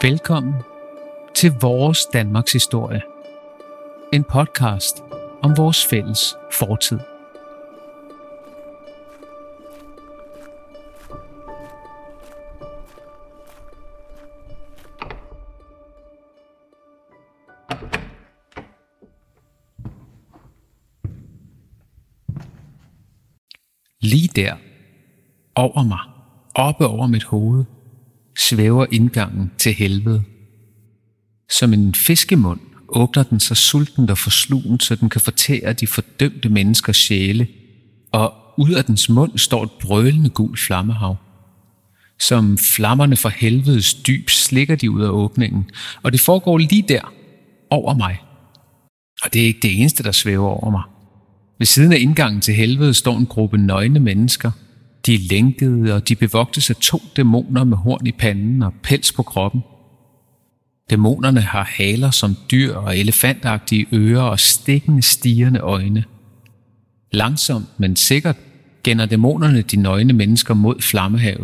Velkommen til Vores Danmarks Historie. En podcast om vores fælles fortid. Lige der, over mig, oppe over mit hoved, svæver indgangen til helvede. Som en fiskemund åbner den sig sultent og forslugent, så den kan fortære de fordømte menneskers sjæle, og ud af dens mund står et brølende gul flammehav. Som flammerne fra helvedes dyb slikker de ud af åbningen, og det foregår lige der, over mig. Og det er ikke det eneste, der svæver over mig. Ved siden af indgangen til helvede står en gruppe nøgne mennesker. De er lænkede, og de bevogtes af 2 dæmoner med horn i panden og pels på kroppen. Dæmonerne har haler som dyr og elefantagtige ører og stikkende, stirrende øjne. Langsomt, men sikkert gænder dæmonerne de nøgne mennesker mod flammehavet.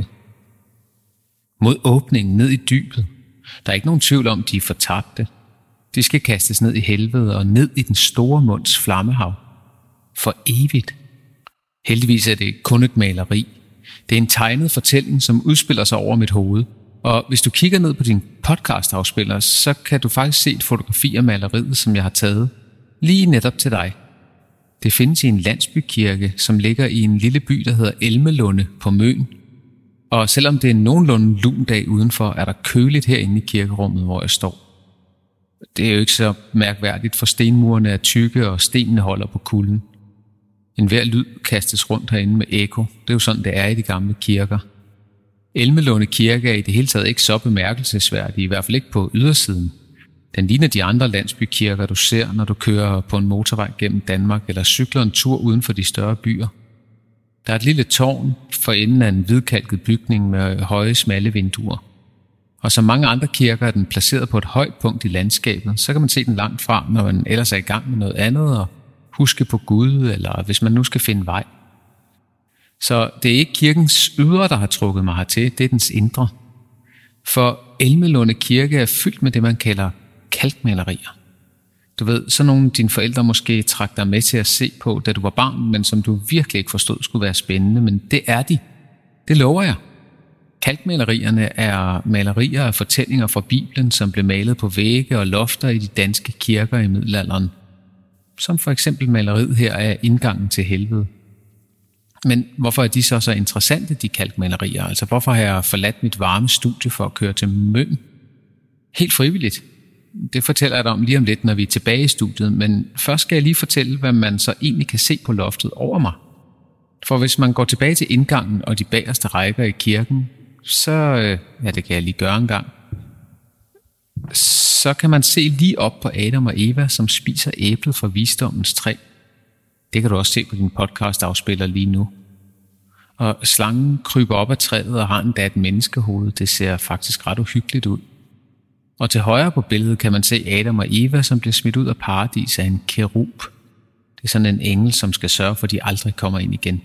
Mod åbningen ned i dybet. Der er ikke nogen tvivl om, de er fortabte. De skal kastes ned i helvede og ned i den store munds flammehav. For evigt. Heldigvis er det kun et maleri. Det er en tegnet fortælling, som udspiller sig over mit hoved. Og hvis du kigger ned på din podcast-afspiller, så kan du faktisk se et fotografi af maleriet, som jeg har taget. Lige netop til dig. Det findes i en landsbykirke, som ligger i en lille by, der hedder Elmelunde på Møn. Og selvom det er en nogenlunde lun dag udenfor, er der køligt herinde i kirkerummet, hvor jeg står. Det er jo ikke så mærkværdigt, for stenmurene er tykke, og stenene holder på kulden. En hver lyd kastes rundt herinde med ekko. Det er jo sådan, det er i de gamle kirker. Elmelunde Kirke er i det hele taget ikke så bemærkelsesværdig, i hvert fald ikke på ydersiden. Den ligner de andre landsbykirker, du ser, når du kører på en motorvej gennem Danmark eller cykler en tur uden for de større byer. Der er et lille tårn for enden af en hvidkalket bygning med høje, smalle vinduer. Og som mange andre kirker er den placeret på et højt punkt i landskabet, så kan man se den langt fra, når man ellers er i gang med noget andet og huske på Gud, eller hvis man nu skal finde vej. Så det er ikke kirkens ydre, der har trukket mig hertil, det er dens indre. For Elmelunde Kirke er fyldt med det, man kalder kalkmalerier. Du ved, sådan nogle dine forældre måske trak dig med til at se på, da du var barn, men som du virkelig ikke forstod skulle være spændende, men det er de. Det lover jeg. Kalkmalerierne er malerier af fortællinger fra Bibelen, som blev malet på vægge og lofter i de danske kirker i middelalderen. Som for eksempel maleriet her af indgangen til helvede. Men hvorfor er de så interessante, de kalkmalerier? Altså hvorfor har jeg forladt mit varme studie for at køre til Møn? Helt frivilligt. Det fortæller jeg dig om lige om lidt, når vi er tilbage i studiet. Men først skal jeg lige fortælle, hvad man så egentlig kan se på loftet over mig. For hvis man går tilbage til indgangen og de bagerste rækker i kirken, så, ja, det kan jeg lige gøre en gang, så kan man se lige op på Adam og Eva, som spiser æblet fra visdommens træ. Det kan du også se på din podcast-afspiller lige nu. Og slangen kryber op af træet og har endda et menneskehoved. Det ser faktisk ret uhyggeligt ud. Og til højre på billedet kan man se Adam og Eva, som bliver smidt ud af paradis af en kerub. Det er sådan en engel, som skal sørge for, at de aldrig kommer ind igen.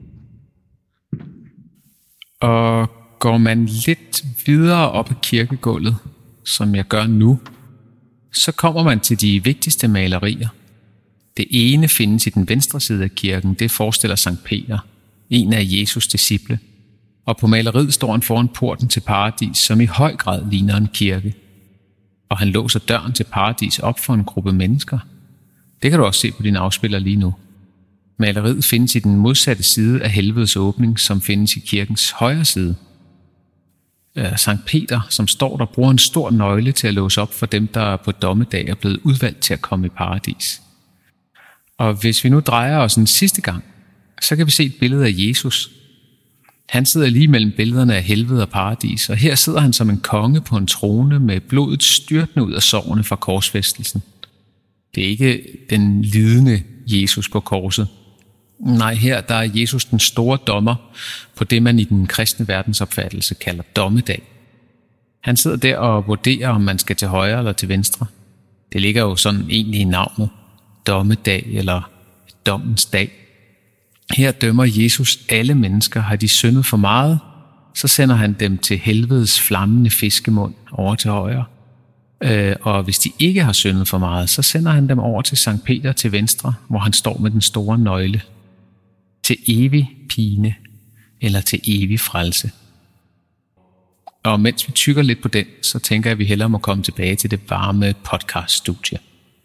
Og går man lidt videre op ad kirkegulvet, som jeg gør nu, så kommer man til de vigtigste malerier. Det ene findes i den venstre side af kirken, det forestiller Sankt Peter, en af Jesus' disciple. Og på maleriet står han foran porten til paradis, som i høj grad ligner en kirke. Og han låser døren til paradis op for en gruppe mennesker. Det kan du også se på din afspiller lige nu. Maleriet findes i den modsatte side af helvedes åbning, som findes i kirkens højre side. Sankt Peter, som står der, bruger en stor nøgle til at låse op for dem, der på dommedag er blevet udvalgt til at komme i paradis. Og hvis vi nu drejer os en sidste gang, så kan vi se et billede af Jesus. Han sidder lige mellem billederne af helvede og paradis, og her sidder han som en konge på en trone med blodet styrtende ud af sårene fra korsfæstelsen. Det er ikke den lidende Jesus på korset. Nej, her der er Jesus den store dommer på det, man i den kristne verdensopfattelse kalder dommedag. Han sidder der og vurderer, om man skal til højre eller til venstre. Det ligger jo sådan egentlig i navnet. Dommedag eller dommens dag. Her dømmer Jesus alle mennesker. Har de syndet for meget, så sender han dem til helvedes flammende fiskemund over til højre. Og hvis de ikke har syndet for meget, så sender han dem over til Sankt Peter til venstre, hvor han står med den store nøgle. Til evig pine eller til evig frelse. Og mens vi tykker lidt på den, så tænker jeg, at vi hellere må komme tilbage til det varme podcaststudie.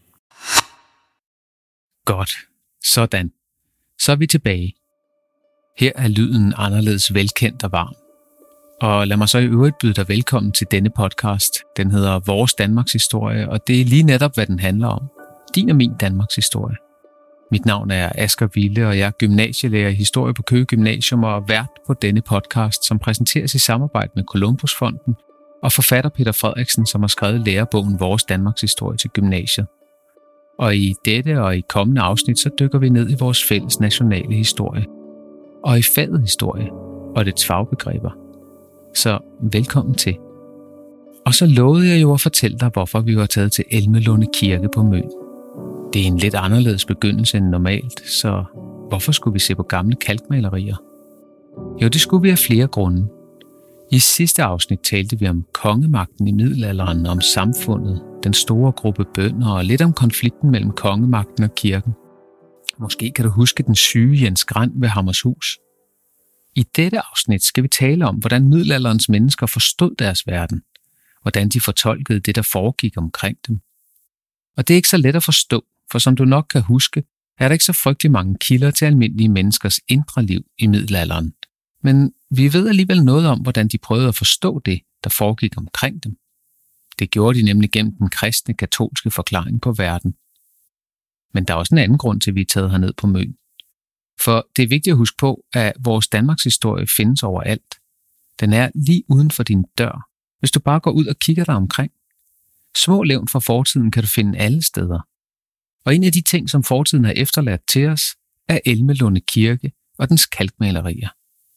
Godt. Sådan. Så er vi tilbage. Her er lyden anderledes velkendt og varm. Og lad mig så i øvrigt byde dig velkommen til denne podcast. Den hedder Vores Danmarks Historie, og det er lige netop, hvad den handler om. Din og min Danmarks Historie. Mit navn er Asger Wille, og jeg er gymnasielærer i historie på Køge Gymnasium og vært på denne podcast, som præsenteres i samarbejde med Columbusfonden og forfatter Peter Frederiksen, som har skrevet lærebogen Vores Danmarks Historie til gymnasiet. Og i dette og i kommende afsnit, så dykker vi ned i vores fælles nationale historie. Og i faget historie og dets fagbegreber. Så velkommen til. Og så lovede jeg jo at fortælle dig, hvorfor vi var taget til Elmelunde Kirke på Møn. Det er en lidt anderledes begyndelse end normalt, så hvorfor skulle vi se på gamle kalkmalerier? Jo, det skulle vi af flere grunde. I sidste afsnit talte vi om kongemagten i middelalderen, om samfundet, den store gruppe bønder og lidt om konflikten mellem kongemagten og kirken. Måske kan du huske den syge Jens Grand ved Hammershus. I dette afsnit skal vi tale om, hvordan middelalderens mennesker forstod deres verden, hvordan de fortolkede det, der foregik omkring dem. Og det er ikke så let at forstå, for som du nok kan huske, er der ikke så frygtelig mange kilder til almindelige menneskers indre liv i middelalderen. Men vi ved alligevel noget om, hvordan de prøvede at forstå det, der foregik omkring dem. Det gjorde de nemlig gennem den kristne katolske forklaring på verden. Men der er også en anden grund til, at vi er taget herned på Møn. For det er vigtigt at huske på, at vores Danmarks historie findes overalt. Den er lige uden for din dør, hvis du bare går ud og kigger dig omkring. Små levn fra fortiden kan du finde alle steder. Og en af de ting, som fortiden har efterladt til os, er Elmelunde Kirke og dens kalkmalerier.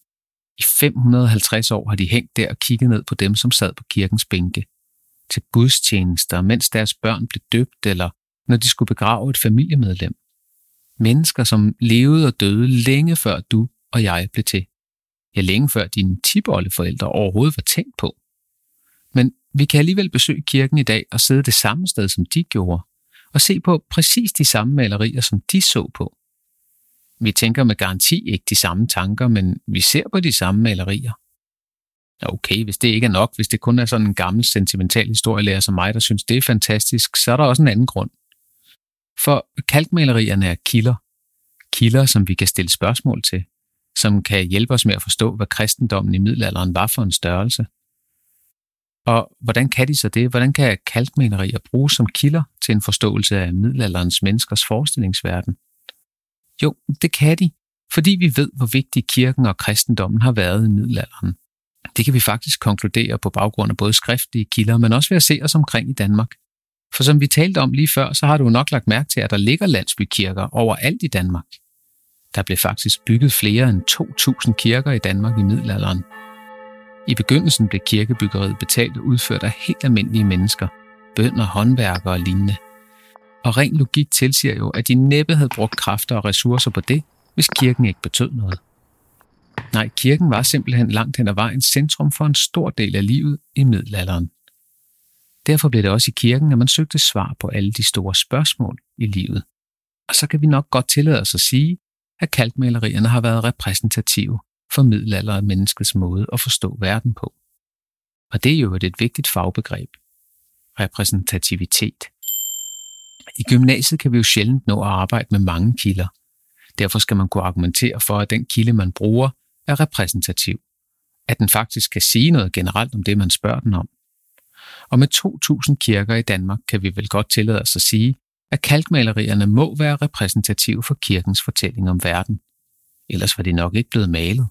I 550 år har de hængt der og kigget ned på dem, som sad på kirkens bænke. Til gudstjenester, mens deres børn blev døbt, eller når de skulle begrave et familiemedlem. Mennesker, som levede og døde længe før du og jeg blev til. Ja, længe før dine tipoldeforældre overhovedet var tænkt på. Men vi kan alligevel besøge kirken i dag og sidde det samme sted, som de gjorde, og se på præcis de samme malerier, som de så på. Vi tænker med garanti ikke de samme tanker, men vi ser på de samme malerier. Okay, hvis det ikke er nok, hvis det kun er sådan en gammel sentimental historielærer som mig, der synes det er fantastisk, så er der også en anden grund. For kalkmalerierne er kilder. Kilder, som vi kan stille spørgsmål til, som kan hjælpe os med at forstå, hvad kristendommen i middelalderen var for en størrelse. Og hvordan kan de så det? Hvordan kan kalkmalerier bruges som kilder til en forståelse af middelalderens menneskers forestillingsverden? Jo, det kan de, fordi vi ved, hvor vigtig kirken og kristendommen har været i middelalderen. Det kan vi faktisk konkludere på baggrund af både skriftlige kilder, men også ved at se os omkring i Danmark. For som vi talte om lige før, så har du nok lagt mærke til, at der ligger landsbykirker overalt i Danmark. Der blev faktisk bygget flere end 2.000 kirker i Danmark i middelalderen. I begyndelsen blev kirkebyggeriet betalt og udført af helt almindelige mennesker, bønder, håndværkere og lignende. Og ren logik tilsiger jo, at de næppe havde brugt kræfter og ressourcer på det, hvis kirken ikke betød noget. Nej, kirken var simpelthen langt hen ad vejen centrum for en stor del af livet i middelalderen. Derfor blev det også i kirken, at man søgte svar på alle de store spørgsmål i livet. Og så kan vi nok godt tillade os at sige, at kalkmalerierne har været repræsentative for middelalderens menneskets måde at forstå verden på. Og det er jo et vigtigt fagbegreb. Repræsentativitet. I gymnasiet kan vi jo sjældent nå at arbejde med mange kilder. Derfor skal man kunne argumentere for, at den kilde, man bruger, er repræsentativ. At den faktisk kan sige noget generelt om det, man spørger den om. Og med 2.000 kirker i Danmark kan vi vel godt tillade os at sige, at kalkmalerierne må være repræsentative for kirkens fortælling om verden. Ellers var de nok ikke blevet malet.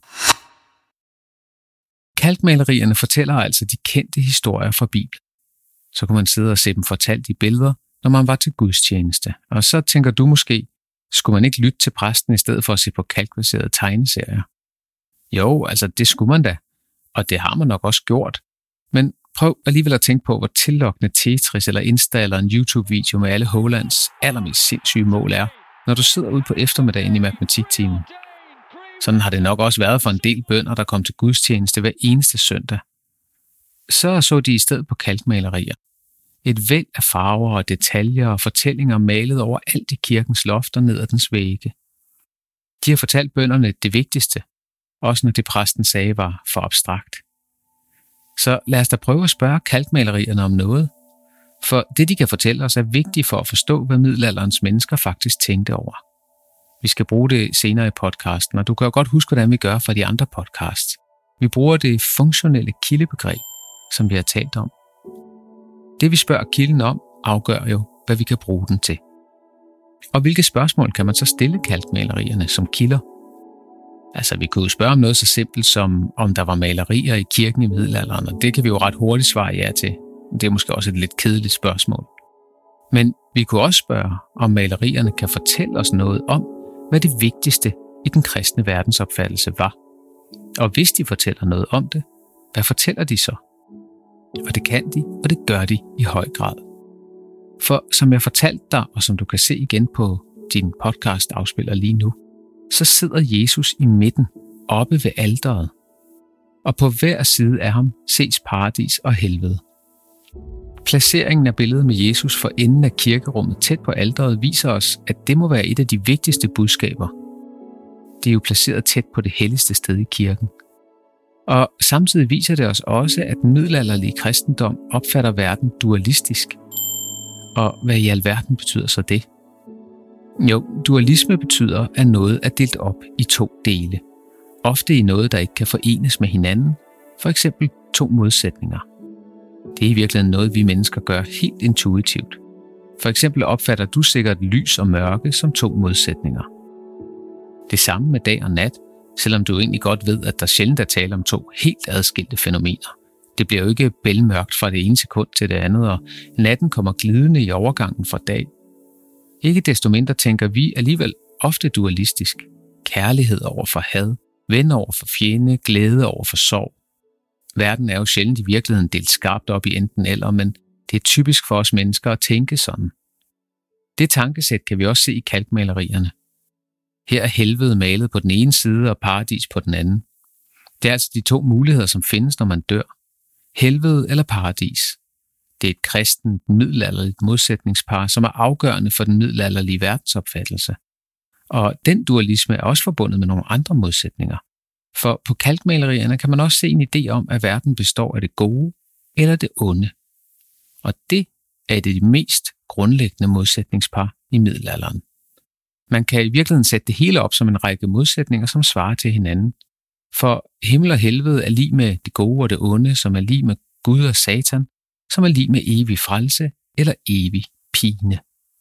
Kalkmalerierne fortæller altså de kendte historier fra Bibelen. Så kunne man sidde og se dem fortalt i billeder, når man var til gudstjeneste. Og så tænker du måske, skulle man ikke lytte til præsten i stedet for at se på kalkbaserede tegneserier? Jo, altså det skulle man da. Og det har man nok også gjort. Men prøv alligevel at tænke på, hvor tillokkende Tetris eller Insta eller en YouTube-video med alle Hollands allermest sindssyge mål er, når du sidder ude på eftermiddagen i matematiktimen. Sådan har det nok også været for en del bønder, der kom til gudstjeneste hver eneste søndag. Så de i stedet på kalkmalerier. Et væld af farver og detaljer og fortællinger malet over alt i kirkens loft og ned ad dens vægge. De har fortalt bønderne det vigtigste, også når det præsten sagde var for abstrakt. Så lad os da prøve at spørge kalkmalerierne om noget, for det de kan fortælle os er vigtigt for at forstå, hvad middelalderens mennesker faktisk tænkte over. Vi skal bruge det senere i podcasten, og du kan jo godt huske, hvordan vi gør fra de andre podcasts. Vi bruger det funktionelle kildebegreb, som vi har talt om. Det vi spørger kilden om, afgør jo, hvad vi kan bruge den til. Og hvilke spørgsmål kan man så stille kalkmalerierne som kilder? Altså, vi kunne jo spørge om noget så simpelt som, om der var malerier i kirken i middelalderen, og det kan vi jo ret hurtigt svare ja til. Det er måske også et lidt kedeligt spørgsmål. Men vi kunne også spørge, om malerierne kan fortælle os noget om, hvad det vigtigste i den kristne verdensopfattelse var. Og hvis de fortæller noget om det, hvad fortæller de så? Og det kan de, og det gør de i høj grad. For som jeg fortalte dig, og som du kan se igen på din podcast afspiller lige nu, så sidder Jesus i midten, oppe ved alteret. Og på hver side af ham ses paradis og helvede. Placeringen af billedet med Jesus for enden af kirkerummet tæt på alteret viser os, at det må være et af de vigtigste budskaber. Det er jo placeret tæt på det helligste sted i kirken. Og samtidig viser det os også, at den middelalderlige kristendom opfatter verden dualistisk. Og hvad i alverden betyder så det? Jo, dualisme betyder, at noget er delt op i to dele. Ofte i noget, der ikke kan forenes med hinanden, for eksempel to modsætninger. Det er i virkeligheden noget, vi mennesker gør helt intuitivt. For eksempel opfatter du sikkert lys og mørke som to modsætninger. Det samme med dag og nat, selvom du egentlig godt ved, at der sjældent er tale om to helt adskilte fænomener. Det bliver jo ikke bælmørkt fra det ene sekund til det andet, og natten kommer glidende i overgangen fra dag. Ikke desto mindre tænker vi alligevel ofte dualistisk. Kærlighed over for had, ven over for fjende, glæde over for sorg. Verden er jo sjældent i virkeligheden delt skarpt op i enten eller, men det er typisk for os mennesker at tænke sådan. Det tankesæt kan vi også se i kalkmalerierne. Her er helvede malet på den ene side og paradis på den anden. Det er altså de to muligheder, som findes, når man dør. Helvede eller paradis. Det er et kristent, middelalderligt modsætningspar, som er afgørende for den middelalderlige verdensopfattelse. Og den dualisme er også forbundet med nogle andre modsætninger. For på kalkmalerierne kan man også se en idé om, at verden består af det gode eller det onde. Og det er et af de mest grundlæggende modsætningspar i middelalderen. Man kan i virkeligheden sætte det hele op som en række modsætninger, som svarer til hinanden. For himmel og helvede er lig med det gode og det onde, som er lig med Gud og Satan, som er lig med evig frelse eller evig pine.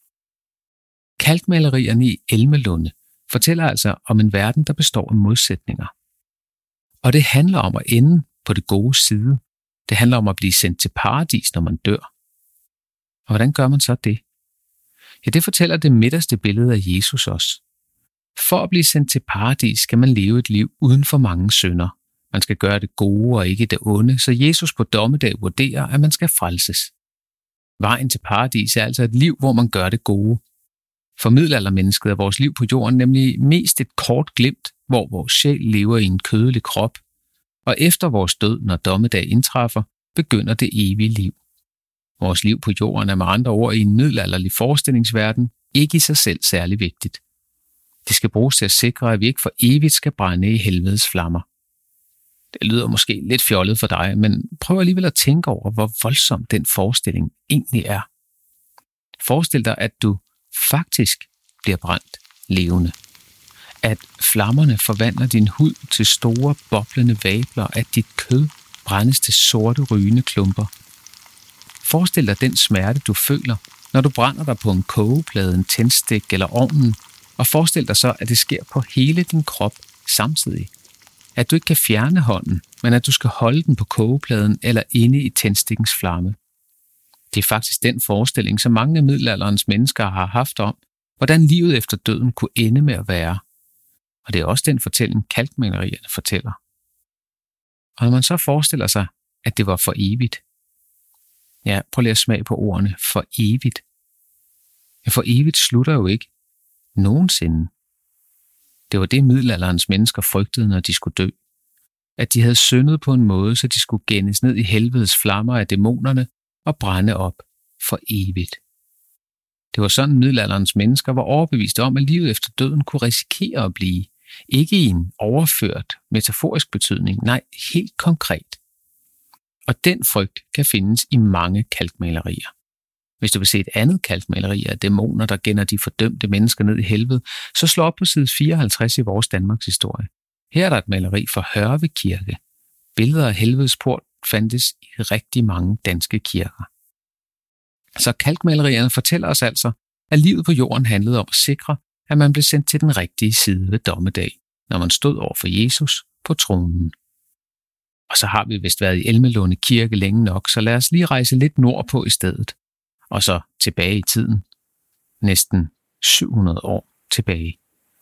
Kalkmalerierne i Elmelunde fortæller altså om en verden, der består af modsætninger. Og det handler om at ende på det gode side. Det handler om at blive sendt til paradis, når man dør. Og hvordan gør man så det? Ja, det fortæller det midterste billede af Jesus også. For at blive sendt til paradis skal man leve et liv uden for mange synder. Man skal gøre det gode og ikke det onde, så Jesus på dommedag vurderer, at man skal frelses. Vejen til paradis er altså et liv, hvor man gør det gode. For middelaldermennesket er vores liv på jorden nemlig mest et kort glimt, hvor vores sjæl lever i en kødelig krop, og efter vores død, når dommedag indtræffer, begynder det evige liv. Vores liv på jorden er med andre ord i en middelalderlig forestillingsverden ikke i sig selv særlig vigtigt. Det skal bruges til at sikre, at vi ikke for evigt skal brænde i helvedes flammer. Det lyder måske lidt fjollet for dig, men prøv alligevel at tænke over, hvor voldsom den forestilling egentlig er. Forestil dig, at du faktisk bliver brændt levende. At flammerne forvandler din hud til store, boblende vabler, at dit kød brændes til sorte, rygende klumper. Forestil dig den smerte, du føler, når du brænder dig på en kogeplade, en tændstik eller ovnen, og forestil dig så, at det sker på hele din krop samtidig. At du ikke kan fjerne hånden, men at du skal holde den på kogepladen eller inde i tændstikkens flamme. Det er faktisk den forestilling, som mange af middelalderens mennesker har haft om, hvordan livet efter døden kunne ende med at være. Og det er også den fortælling, kalkmalerierne fortæller. Og når man så forestiller sig, at det var for evigt. Ja, prøv lige at smage på ordene. For evigt. Ja, for evigt slutter jo ikke nogensinde. Det var det middelalderens mennesker frygtede, når de skulle dø. At de havde syndet på en måde, så de skulle gændes ned i helvedes flammer af dæmonerne og brænde op for evigt. Det var sådan middelalderens mennesker var overbeviste om, at livet efter døden kunne risikere at blive. Ikke i en overført, metaforisk betydning, nej, helt konkret. Og den frygt kan findes i mange kalkmalerier. Hvis du vil se et andet kalkmaleri af dæmoner, der gænder de fordømte mennesker ned i helvede, så slå op på side 54 i vores Danmarks historie. Her er der et maleri fra Hørve Kirke. Billeder af helvedes port fandtes i rigtig mange danske kirker. Så kalkmalerierne fortæller os altså, at livet på jorden handlede om at sikre, at man blev sendt til den rigtige side ved dommedag, når man stod over for Jesus på tronen. Og så har vi vist været i Elmelunde Kirke længe nok, så lad os lige rejse lidt nordpå i stedet. Og så tilbage i tiden. Næsten 700 år tilbage.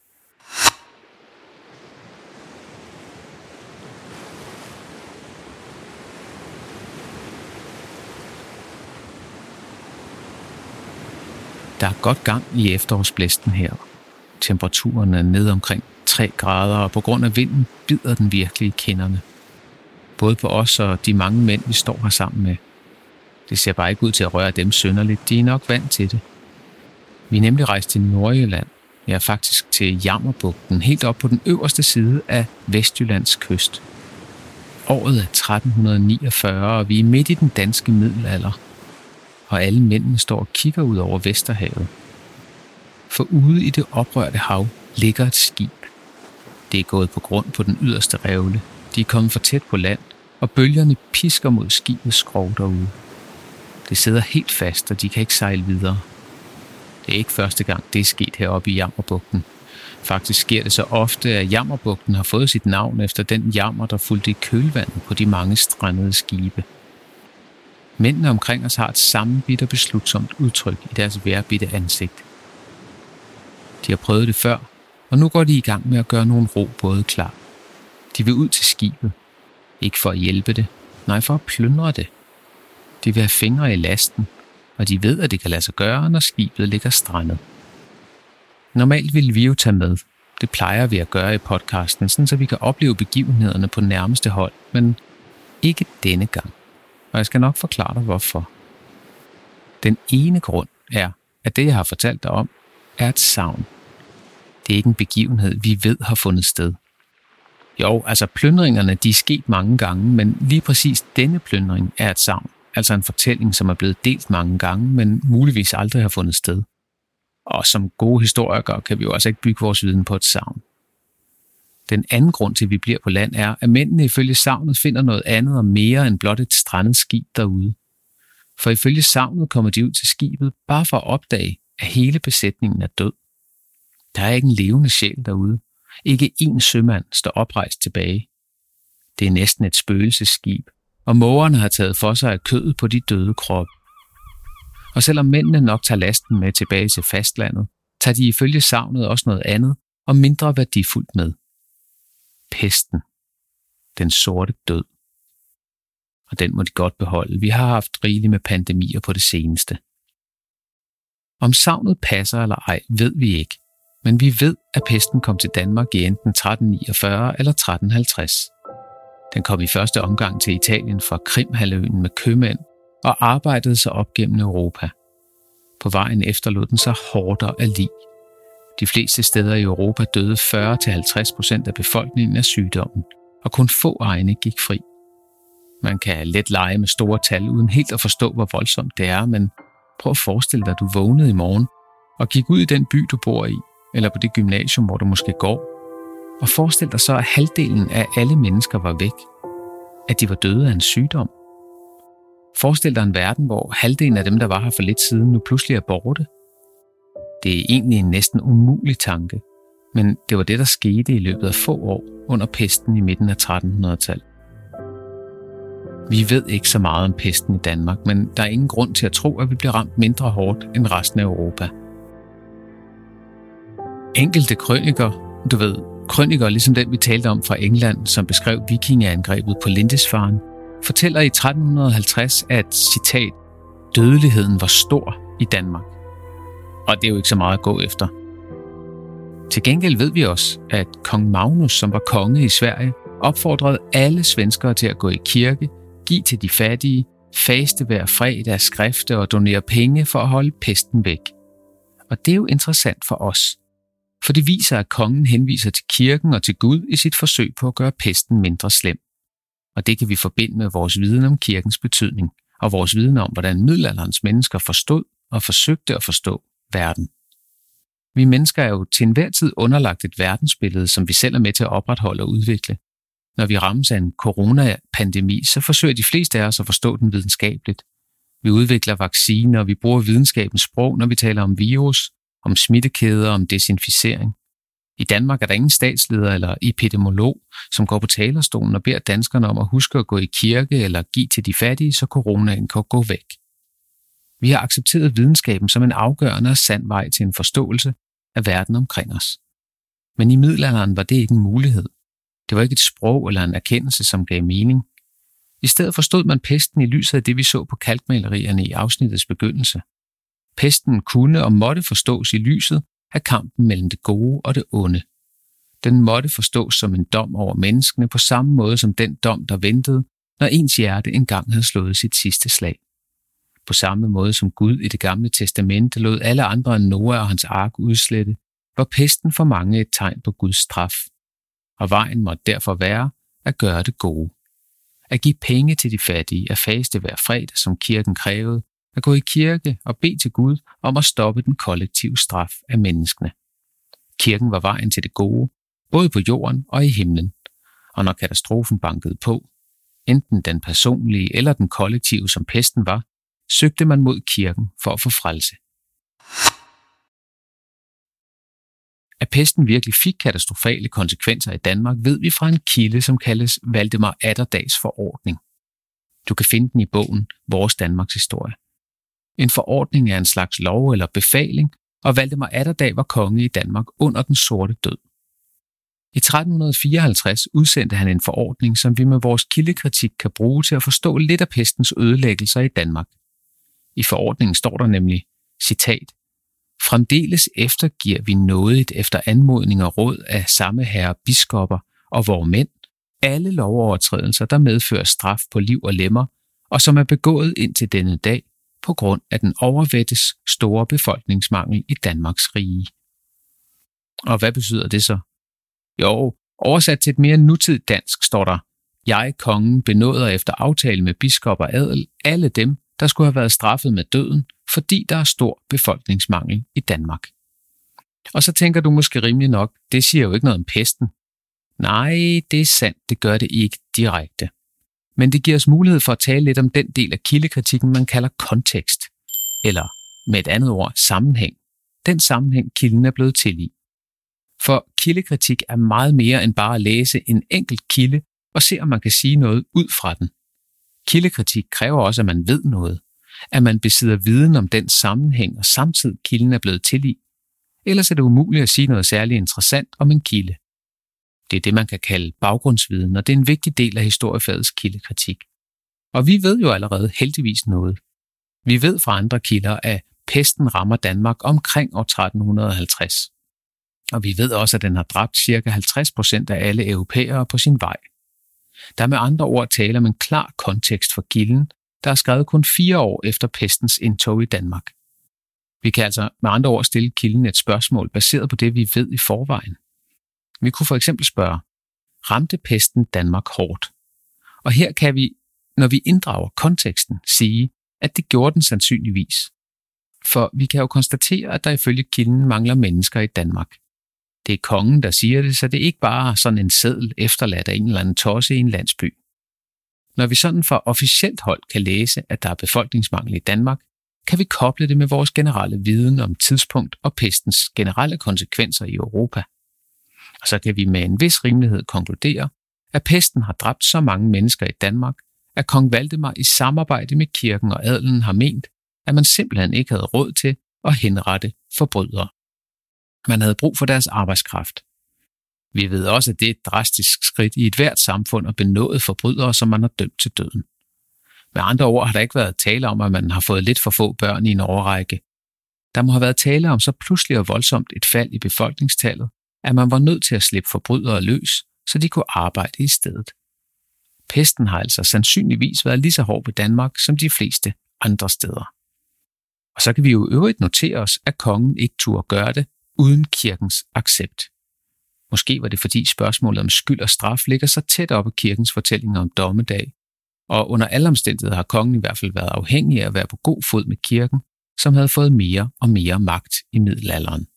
Der er godt gang i efterårsblæsten her. Temperaturen er nede omkring 3 grader, og på grund af vinden bider den virkelig i kinderne. Både på os og de mange mænd, vi står her sammen med. Det ser bare ikke ud til at røre dem synderligt. De er nok vant til det. Vi er nemlig rejst til Nordjylland. Ja, faktisk til Jammerbugten, helt op på den øverste side af Vestjyllands kyst. Året er 1349, og vi er midt i den danske middelalder. Og alle mændene står og kigger ud over Vesterhavet. For ude i det oprørte hav ligger et skib. Det er gået på grund på den yderste revle. De er kommet for tæt på land, og bølgerne pisker mod skibets skrog derude. Det sidder helt fast, og de kan ikke sejle videre. Det er ikke første gang, det er sket heroppe i Jammerbugten. Faktisk sker det så ofte, at Jammerbugten har fået sit navn efter den jammer, der fulgte i kølvandet på de mange strandede skibe. Mændene omkring os har et sammenbidt og beslutsomt udtryk i deres vejrbitte ansigt. De har prøvet det før, og nu går de i gang med at gøre nogle robåde klar. De vil ud til skibet. Ikke for at hjælpe det, nej for at plyndre det. De vil have fingre i lasten, og de ved, at det kan lade sig gøre, når skibet ligger strandet. Normalt vil vi jo tage med. Det plejer vi at gøre i podcasten, så vi kan opleve begivenhederne på nærmeste hold, men ikke denne gang. Og jeg skal nok forklare dig, hvorfor. Den ene grund er, at det, jeg har fortalt dig om, er et savn. Det er ikke en begivenhed, vi ved har fundet sted. Jo, altså plyndringerne, de er sket mange gange, men lige præcis denne plyndring er et savn. Altså en fortælling, som er blevet delt mange gange, men muligvis aldrig har fundet sted. Og som gode historikere kan vi jo altså ikke bygge vores viden på et savn. Den anden grund til, at vi bliver på land, er, at mændene ifølge savnet finder noget andet og mere end blot et strandet skib derude. For ifølge savnet kommer de ud til skibet bare for at opdage, at hele besætningen er død. Der er ikke en levende sjæl derude. Ikke én sømand står oprejst tilbage. Det er næsten et spøgelsesskib, og mågerne har taget for sig af kødet på de døde kroppe. Og selvom mændene nok tager lasten med tilbage til fastlandet, tager de ifølge savnet også noget andet og mindre værdifuldt med. Pesten. Den sorte død. Og den må de godt beholde. Vi har haft rigeligt med pandemier på det seneste. Om savnet passer eller ej, ved vi ikke. Men vi ved, at pesten kom til Danmark i enten 1349 eller 1350. Den kom i første omgang til Italien fra Krimhalvøen med købmænd og arbejdede sig op gennem Europa. På vejen efterlod den sig horder af lig. De fleste steder i Europa døde 40-50% af befolkningen af sygdommen, og kun få egne gik fri. Man kan let lege med store tal uden helt at forstå, hvor voldsomt det er, men prøv at forestille dig, at du vågnede i morgen og gik ud i den by, du bor i, eller på det gymnasium, hvor du måske går, og forestil dig så, at halvdelen af alle mennesker var væk, at de var døde af en sygdom. Forestil dig en verden, hvor halvdelen af dem, der var her for lidt siden, nu pludselig er borte. Det er egentlig en næsten umulig tanke, men det var det, der skete i løbet af få år under pesten i midten af 1300-tallet. Vi ved ikke så meget om pesten i Danmark, men der er ingen grund til at tro, at vi bliver ramt mindre hårdt end resten af Europa. Enkelte krønikere ligesom den vi talte om fra England, som beskrev vikingeangrebet på Lindisfarne, fortæller i 1350, at, citat, dødeligheden var stor i Danmark. Og det er jo ikke så meget at gå efter. Til gengæld ved vi også, at kong Magnus, som var konge i Sverige, opfordrede alle svenskere til at gå i kirke, give til de fattige, faste hver fredag, skrifte og donere penge for at holde pesten væk. Og det er jo interessant for os, for det viser, at kongen henviser til kirken og til Gud i sit forsøg på at gøre pesten mindre slem. Og det kan vi forbinde med vores viden om kirkens betydning og vores viden om, hvordan middelalderens mennesker forstod og forsøgte at forstå verden. Vi mennesker er jo til enhver tid underlagt et verdensbillede, som vi selv er med til at opretholde og udvikle. Når vi rammes af en coronapandemi, så forsøger de fleste af os at forstå den videnskabeligt. Vi udvikler vacciner, og vi bruger videnskabens sprog, når vi taler om virus, om smittekæder og om desinficering. I Danmark er der ingen statsleder eller epidemiolog, som går på talerstolen og beder danskerne om at huske at gå i kirke eller give til de fattige, så coronaen kan gå væk. Vi har accepteret videnskaben som en afgørende og sand vej til en forståelse af verden omkring os. Men i middelalderen var det ikke en mulighed. Det var ikke et sprog eller en erkendelse, som gav mening. I stedet forstod man pesten i lyset af det, vi så på kalkmalerierne i afsnittets begyndelse. Pesten kunne og måtte forstås i lyset af kampen mellem det gode og det onde. Den måtte forstås som en dom over menneskene på samme måde som den dom, der ventede, når ens hjerte engang havde slået sit sidste slag. På samme måde som Gud i det gamle testamente lod alle andre end Noah og hans ark udslette, var pesten for mange et tegn på Guds straf. Og vejen måtte derfor være at gøre det gode. At give penge til de fattige, at faste hver fredag, som kirken krævede, at gå i kirke og bede til Gud om at stoppe den kollektive straf af menneskene. Kirken var vejen til det gode, både på jorden og i himlen. Og når katastrofen bankede på, enten den personlige eller den kollektive, som pesten var, søgte man mod kirken for at få frelse. At pesten virkelig fik katastrofale konsekvenser i Danmark, ved vi fra en kilde, som kaldes Valdemar Atterdags forordning. Du kan finde den i bogen Vores Danmarks Historie. En forordning er en slags lov eller befaling, og Valdemar Atterdag var konge i Danmark under den sorte død. I 1354 udsendte han en forordning, som vi med vores kildekritik kan bruge til at forstå lidt af pestens ødelæggelser i Danmark. I forordningen står der nemlig, citat, fremdeles eftergiver vi nådigt efter anmodning og råd af samme herre biskopper og vore mænd, alle lovovertrædelser, der medfører straf på liv og lemmer, og som er begået indtil denne dag, på grund af den overvættes store befolkningsmangel i Danmarks rige. Og hvad betyder det så? Jo, oversat til et mere nutidigt dansk står der, jeg, kongen, benåder efter aftale med biskop og adel alle dem, der skulle have været straffet med døden, fordi der er stor befolkningsmangel i Danmark. Og så tænker du måske rimelig nok, det siger jo ikke noget om pesten. Nej, det er sandt, det gør det ikke direkte. Men det giver os mulighed for at tale lidt om den del af kildekritikken, man kalder kontekst, eller med et andet ord, sammenhæng. Den sammenhæng, kilden er blevet til i. For kildekritik er meget mere end bare at læse en enkelt kilde og se, om man kan sige noget ud fra den. Kildekritik kræver også, at man ved noget, at man besidder viden om den sammenhæng og samtidig kilden er blevet til i. Ellers er det umuligt at sige noget særligt interessant om en kilde. Det er det, man kan kalde baggrundsviden, og det er en vigtig del af historiefagets kildekritik. Og vi ved jo allerede heldigvis noget. Vi ved fra andre kilder, at pesten rammer Danmark omkring år 1350. Og vi ved også, at den har dræbt ca. 50% af alle europæere på sin vej. Der er med andre ord tale om en klar kontekst for kilden, der er skrevet kun 4 år efter pestens indtog i Danmark. Vi kan altså med andre ord stille kilden et spørgsmål baseret på det, vi ved i forvejen. Vi kunne for eksempel spørge, ramte pesten Danmark hårdt? Og her kan vi, når vi inddrager konteksten, sige, at det gjorde den sandsynligvis. For vi kan jo konstatere, at der ifølge kilden mangler mennesker i Danmark. Det er kongen, der siger det, så det er ikke bare sådan en seddel efterladt af en eller anden tosse i en landsby. Når vi sådan fra officielt hold kan læse, at der er befolkningsmangel i Danmark, kan vi koble det med vores generelle viden om tidspunkt og pestens generelle konsekvenser i Europa. Og så kan vi med en vis rimelighed konkludere, at pesten har dræbt så mange mennesker i Danmark, at kong Valdemar i samarbejde med kirken og adelen har ment, at man simpelthen ikke havde råd til at henrette forbrydere. Man havde brug for deres arbejdskraft. Vi ved også, at det er et drastisk skridt i et hvert samfund at benåde forbrydere, som man har dømt til døden. Med andre ord har der ikke været tale om, at man har fået lidt for få børn i en årrække. Der må have været tale om så pludselig og voldsomt et fald i befolkningstallet, at man var nødt til at slippe forbrydere løs, så de kunne arbejde i stedet. Pesten har altså sandsynligvis været lige så hård ved Danmark som de fleste andre steder. Og så kan vi jo i øvrigt notere os, at kongen ikke turde gøre det uden kirkens accept. Måske var det fordi spørgsmålet om skyld og straf ligger så tæt op ad kirkens fortællinger om dommedag, og under alle omstændigheder har kongen i hvert fald været afhængig af at være på god fod med kirken, som havde fået mere og mere magt i middelalderen.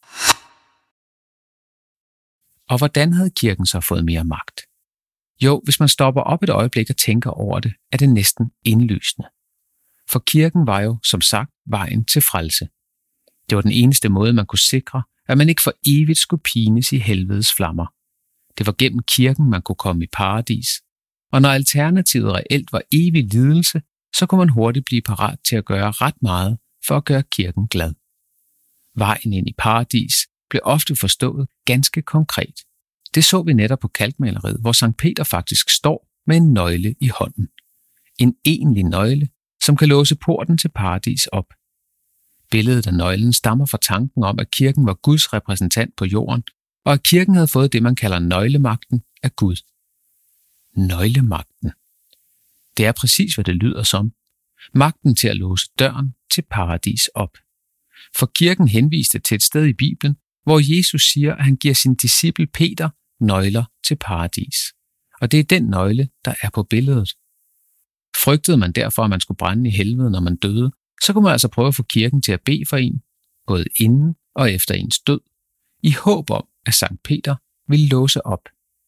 Og hvordan havde kirken så fået mere magt? Jo, hvis man stopper op et øjeblik og tænker over det, er det næsten indlysende. For kirken var jo, som sagt, vejen til frelse. Det var den eneste måde, man kunne sikre, at man ikke for evigt skulle pines i helvedes flammer. Det var gennem kirken, man kunne komme i paradis. Og når alternativet reelt var evig lidelse, så kunne man hurtigt blive parat til at gøre ret meget for at gøre kirken glad. Vejen ind i paradis blev ofte forstået ganske konkret. Det så vi netop på kalkmaleriet, hvor Sankt Peter faktisk står med en nøgle i hånden. En egentlig nøgle, som kan låse porten til paradis op. Billedet af nøglen stammer fra tanken om, at kirken var Guds repræsentant på jorden, og at kirken havde fået det, man kalder nøglemagten af Gud. Nøglemagten. Det er præcis, hvad det lyder som. Magten til at låse døren til paradis op. For kirken henviste til et sted i Bibelen, hvor Jesus siger, at han giver sin disciple Peter nøgler til paradis. Og det er den nøgle, der er på billedet. Frygtede man derfor, at man skulle brænde i helvede, når man døde, så kunne man altså prøve at få kirken til at bede for en, både inden og efter ens død, i håb om, at Sankt Peter ville låse op.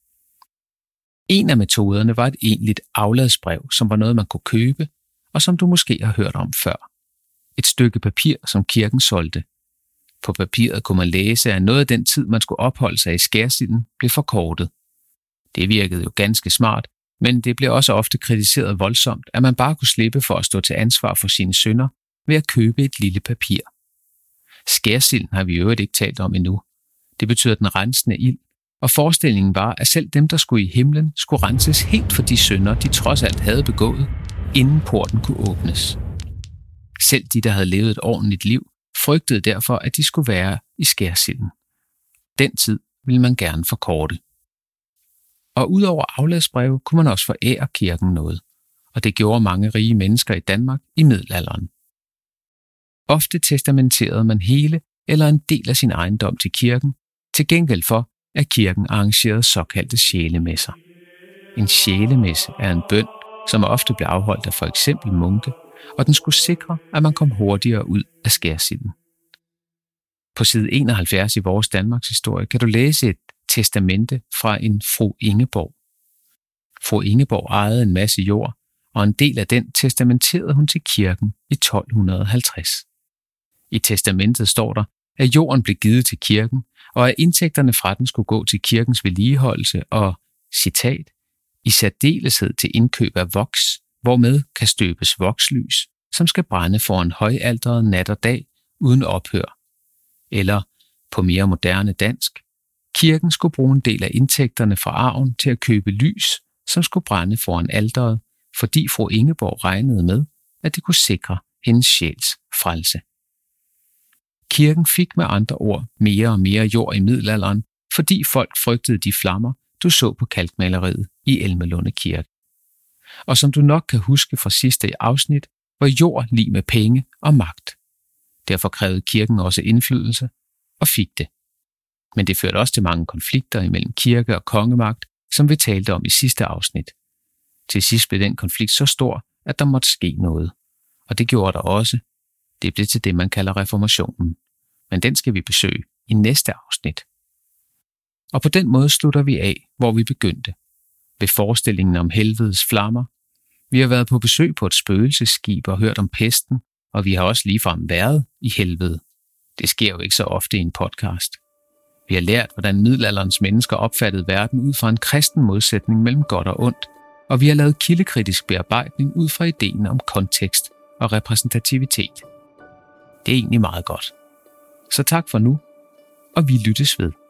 En af metoderne var et egentligt afladsbrev, som var noget, man kunne købe, og som du måske har hørt om før. Et stykke papir, som kirken solgte. På papiret kunne man læse, at noget af den tid, man skulle opholde sig i skærsilden, blev forkortet. Det virkede jo ganske smart, men det blev også ofte kritiseret voldsomt, at man bare kunne slippe for at stå til ansvar for sine synder ved at købe et lille papir. Skærsilden har vi i øvrigt ikke talt om endnu. Det betyder den rensende ild, og forestillingen var, at selv dem, der skulle i himlen, skulle renses helt for de synder, de trods alt havde begået, inden porten kunne åbnes. Selv de, der havde levet et ordentligt liv, frygtede derfor, at de skulle være i skærsilden. Den tid ville man gerne forkorte. Og udover afladsbreve kunne man også forære kirken noget, og det gjorde mange rige mennesker i Danmark i middelalderen. Ofte testamenterede man hele eller en del af sin ejendom til kirken, til gengæld for, at kirken arrangerede såkaldte sjælemesser. En sjælemesse er en bøn, som ofte blev afholdt af for eksempel munke, og den skulle sikre, at man kom hurtigere ud af skærsilden. På side 71 i vores Danmarks historie kan du læse et testamente fra en fru Ingeborg. Fru Ingeborg ejede en masse jord, og en del af den testamenterede hun til kirken i 1250. I testamentet står der, at jorden blev givet til kirken, og at indtægterne fra den skulle gå til kirkens vedligeholdelse og, citat, i særdeleshed til indkøb af voks, hvormed kan støbes vokslys, som skal brænde foran højalteret nat og dag uden ophør. Eller, på mere moderne dansk, kirken skulle bruge en del af indtægterne fra arven til at købe lys, som skulle brænde foran alteret, fordi fru Ingeborg regnede med, at det kunne sikre hendes sjæls frelse. Kirken fik med andre ord mere og mere jord i middelalderen, fordi folk frygtede de flammer, du så på kalkmaleriet i Elmelunde Kirke. Og som du nok kan huske fra sidste afsnit, var jord lig med penge og magt. Derfor krævede kirken også indflydelse, og fik det. Men det førte også til mange konflikter imellem kirke og kongemagt, som vi talte om i sidste afsnit. Til sidst blev den konflikt så stor, at der måtte ske noget. Og det gjorde der også. Det blev til det, man kalder reformationen. Men den skal vi besøge i næste afsnit. Og på den måde slutter vi af, hvor vi begyndte. Ved forestillingen om helvedes flammer. Vi har været på besøg på et spøgelsesskib og hørt om pesten, og vi har også ligefrem været i helvede. Det sker jo ikke så ofte i en podcast. Vi har lært, hvordan middelalderens mennesker opfattede verden ud fra en kristen modsætning mellem godt og ondt, og vi har lavet kildekritisk bearbejdning ud fra ideen om kontekst og repræsentativitet. Det er egentlig meget godt. Så tak for nu, og vi lyttes ved.